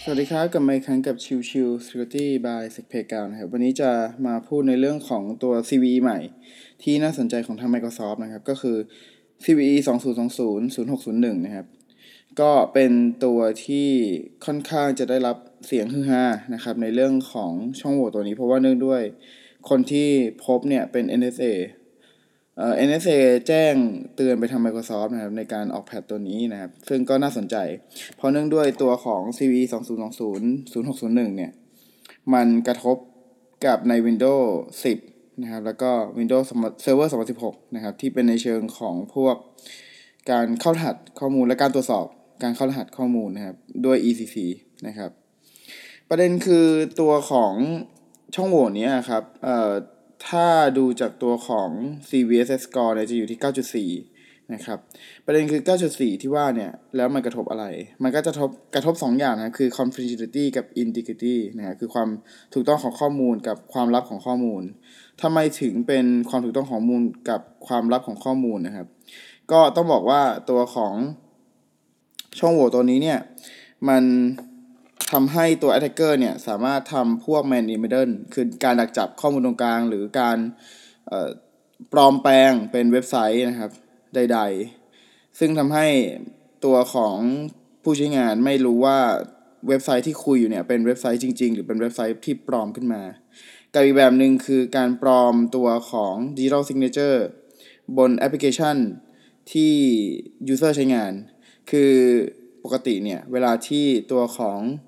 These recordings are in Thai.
สวัสดีครับกลับมาอีกครั้งกับชิวชิว Security by SecPlayground นะครับวันนี้จะมาพูดในเรื่องของตัว CVE ใหม่ที่น่าสนใจของทาง Microsoft นะครับก็คือ CVE 2020-0601นะครับก็เป็นตัวที่ค่อนข้างจะได้รับเสียงฮือฮานะครับในเรื่องของช่องโหว่ตัวนี้เพราะว่าเนื่องด้วยคนที่พบเนี่ยเป็น NSA NSA แจ้งเตือนไปทาง Microsoft นะครับในการออกแพทตัวนี้นะครับซึ่งก็น่าสนใจเพราะเนื่องด้วยตัวของ CVE 2020-0601เนี่ยมันกระทบกับใน Windows 10นะครับแล้วก็ Windows Server 2016นะครับที่เป็นในเชิงของพวกการเข้ารหัสข้อมูลและการตรวจสอบการเข้ารหัสข้อมูลนะครับด้วย ECC นะครับประเด็นคือตัวของช่องโหว่นี้ครับถ้าดูจากตัวของ CVSS score เนี่ยจะอยู่ที่ 9.4 นะครับประเด็นคือ 9.4 ที่ว่าเนี่ยแล้วมันกระทบอะไรมันก็จะกระทบ2อย่างนะคือ confidentiality กับ integrity นะคือความถูกต้องของข้อมูลกับความลับของข้อมูลทำไมถึงเป็นความถูกต้องของข้อมูลกับความลับของข้อมูลนะครับก็ต้องบอกว่าตัวของช่องโหว่ตัวนี้เนี่ยมันทำให้ตัว attacker เนี่ยสามารถทำพวก man in the middle คือการดักจับข้อมูลตรงกลางหรือการปลอมแปลงเป็นเว็บไซต์นะครับใดๆซึ่งทำให้ตัวของผู้ใช้งานไม่รู้ว่าเว็บไซต์ที่คุยอยู่เนี่ยเป็นเว็บไซต์จริงๆหรือเป็นเว็บไซต์ที่ปลอมขึ้นมากับอีกแบบหนึ่งคือการปลอมตัวของ digital signature บนแอปพลิเคชันที่ user ใช้งานคือปกติเนี่ยเวลาที่ตัวของ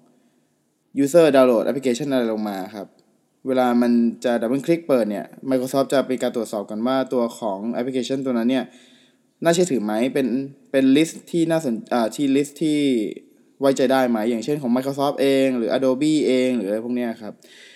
user ดาวน์โหลดแอปพลิเคชันอะไรลงมาครับเวลามันจะดับเบิลคลิกเปิดเนี่ย Microsoft จะเป็นการตรวจสอบกันว่าตัวของแอปพลิเคชันตัวนั้นเนี่ยน่าเชื่อถือไหมเป็นลิสต์ที่น่าสนที่ลิสต์ที่ไว้ใจได้ไหมอย่างเช่นของ Microsoft เองหรือ Adobe เองหรืออะไรพวกนี้ครับ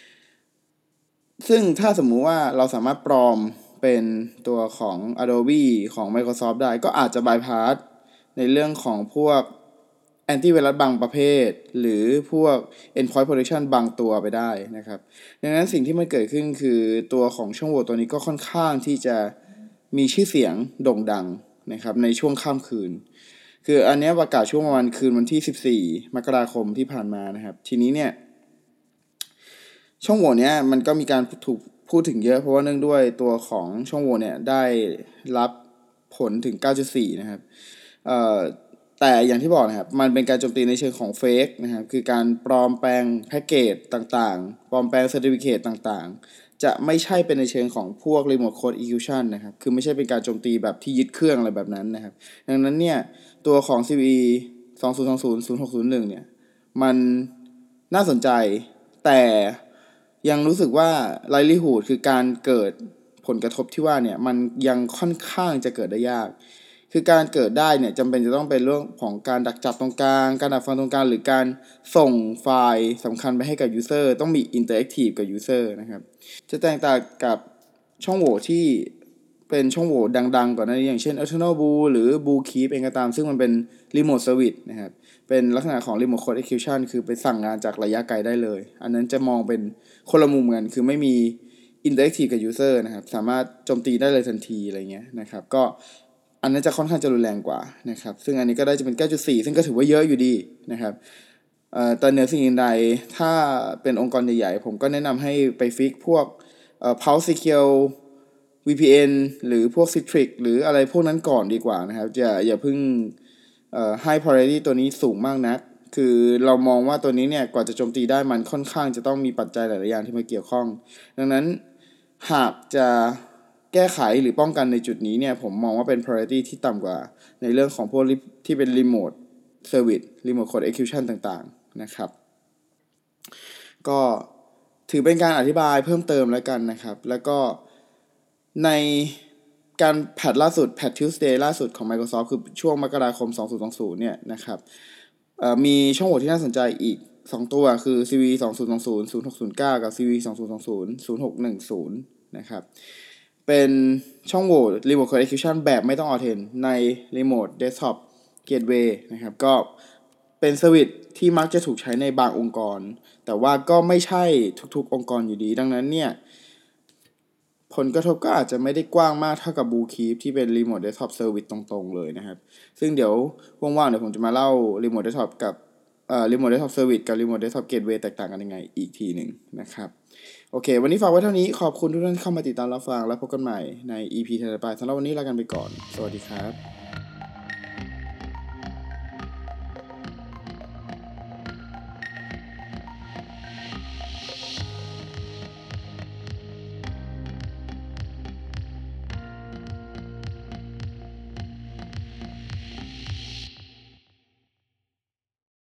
ซึ่งถ้าสมมุติว่าเราสามารถปลอมเป็นตัวของ Adobe ของ Microsoft ได้ก็อาจจะ bypass ในเรื่องของพวกแอนตี้ไวรัสบางประเภทหรือพวก endpoint protection บางตัวไปได้นะครับดังนั้นสิ่งที่มันเกิดขึ้นคือตัวของช่องโหว่ตัวนี้ก็ค่อนข้างที่จะมีชื่อเสียงโด่งดังนะครับในช่วงข้ามคืนคืออันนี้ประกาศช่วงประมาณคืนวันที่14มกราคมที่ผ่านมานะครับทีนี้เนี่ยช่องโหว่เนี้ยมันก็มีการถูกพูดถึงเยอะเพราะว่าเนื่องด้วยตัวของช่องโหว่เนี่ยได้รับผลถึง 9.4 นะครับแต่อย่างที่บอกนะครับมันเป็นการโจมตีในเชิงของเฟกนะครับคือการปลอมแปลงแพ็กเกจต่างๆปลอมแปลงเซอร์ติฟิเคตต่างๆจะไม่ใช่เป็นในเชิงของพวก remote code execution นะครับคือไม่ใช่เป็นการโจมตีแบบที่ยึดเครื่องอะไรแบบนั้นนะครับดังนั้นเนี่ยตัวของ CVE 2020-0601เนี่ยมันน่าสนใจแต่ยังรู้สึกว่า likelihood คือการเกิดผลกระทบที่ว่าเนี่ยมันยังค่อนข้างจะเกิดได้ยากคือการเกิดได้เนี่ยจำเป็นจะต้องเป็นเรื่องของการดักจับตรงกลางการดักฟังตรงกลางหรือการส่งไฟล์สำคัญไปให้กับ user ต้องมี interactive กับ user นะครับจะแตกต่างกับช่องโหว่ที่เป็นช่องโหว่ดังๆก่อนหน้านี้อย่างเช่น Eternal Blue หรือ Blue Keep เองก็ตามซึ่งมันเป็น remote service นะครับเป็นลักษณะของ remote code execution คือไปสั่งงานจากระยะไกลได้เลยอันนั้นจะมองเป็นคนละมุมกันคือไม่มี interactive กับ user นะครับสามารถโจมตีได้เลยทันทีอะไรเงี้ยนะครับก็อันนั้นจะค่อนข้างจะรุนแรงกว่านะครับซึ่งอันนี้ก็ได้จะเป็น 9.4 ซึ่งก็ถือว่าเยอะอยู่ดีนะครับแต่เหนือสิ่งอื่นใดถ้าเป็นองค์กรใหญ่ๆผมก็แนะนำให้ไปฟิกพวกPulse Secure VPN หรือพวก Citrix หรืออะไรพวกนั้นก่อนดีกว่านะครับอย่าเพิ่งให้ priority ตัวนี้สูงมากนักคือเรามองว่าตัวนี้เนี่ยกว่าจะโจมตีได้มันค่อนข้างจะต้องมีปัจจัยหลายๆอย่างที่มาเกี่ยวข้องดังนั้นหากจะแก้ไขหรือป้องกันในจุดนี้เนี่ยผมมองว่าเป็น priority ที่ต่ำกว่าในเรื่องของพวกที่เป็น remote service remote code execution ต่างๆนะครับก็ถือเป็นการอธิบายเพิ่มเติมแล้วกันนะครับแล้วก็ในการแพทล่าสุดแพท Tuesday ล่าสุดของ Microsoft คือช่วงมกราคม2020เนี่ยนะครับมีช่องโหว่ที่น่าสนใจอีก2ตัวคือ CV 2020-0609 กับ CV 2020-0610นะครับเป็นช่องโหว่ Remote Code Execution แบบไม่ต้องออเทนใน Remote Desktop Gateway นะครับก็เป็นเซอร์วิสที่มักจะถูกใช้ในบางองค์กรแต่ว่าก็ไม่ใช่ทุกๆองค์กรอยู่ดีดังนั้นเนี่ยผลกระทบก็อาจจะไม่ได้กว้างมากเท่ากับ Blue Keep ที่เป็น Remote Desktop Service ตรงๆเลยนะครับซึ่งเดี๋ยวว่างๆเดี๋ยวผมจะมาเล่า Remote Desktop กับ Remote Desktop Service กับ Remote Desktop Gateway แตกต่างกันยังไงอีกทีหนึ่งนะครับโอเควันนี้ฝากไว้เท่านี้ขอบคุณทุกท่านที่เข้ามาติดตามรับฟังและพบกันใหม่ใน EP ถัดไปสำหรับวันนี้ลากันไปก่อนสวัสดีครับ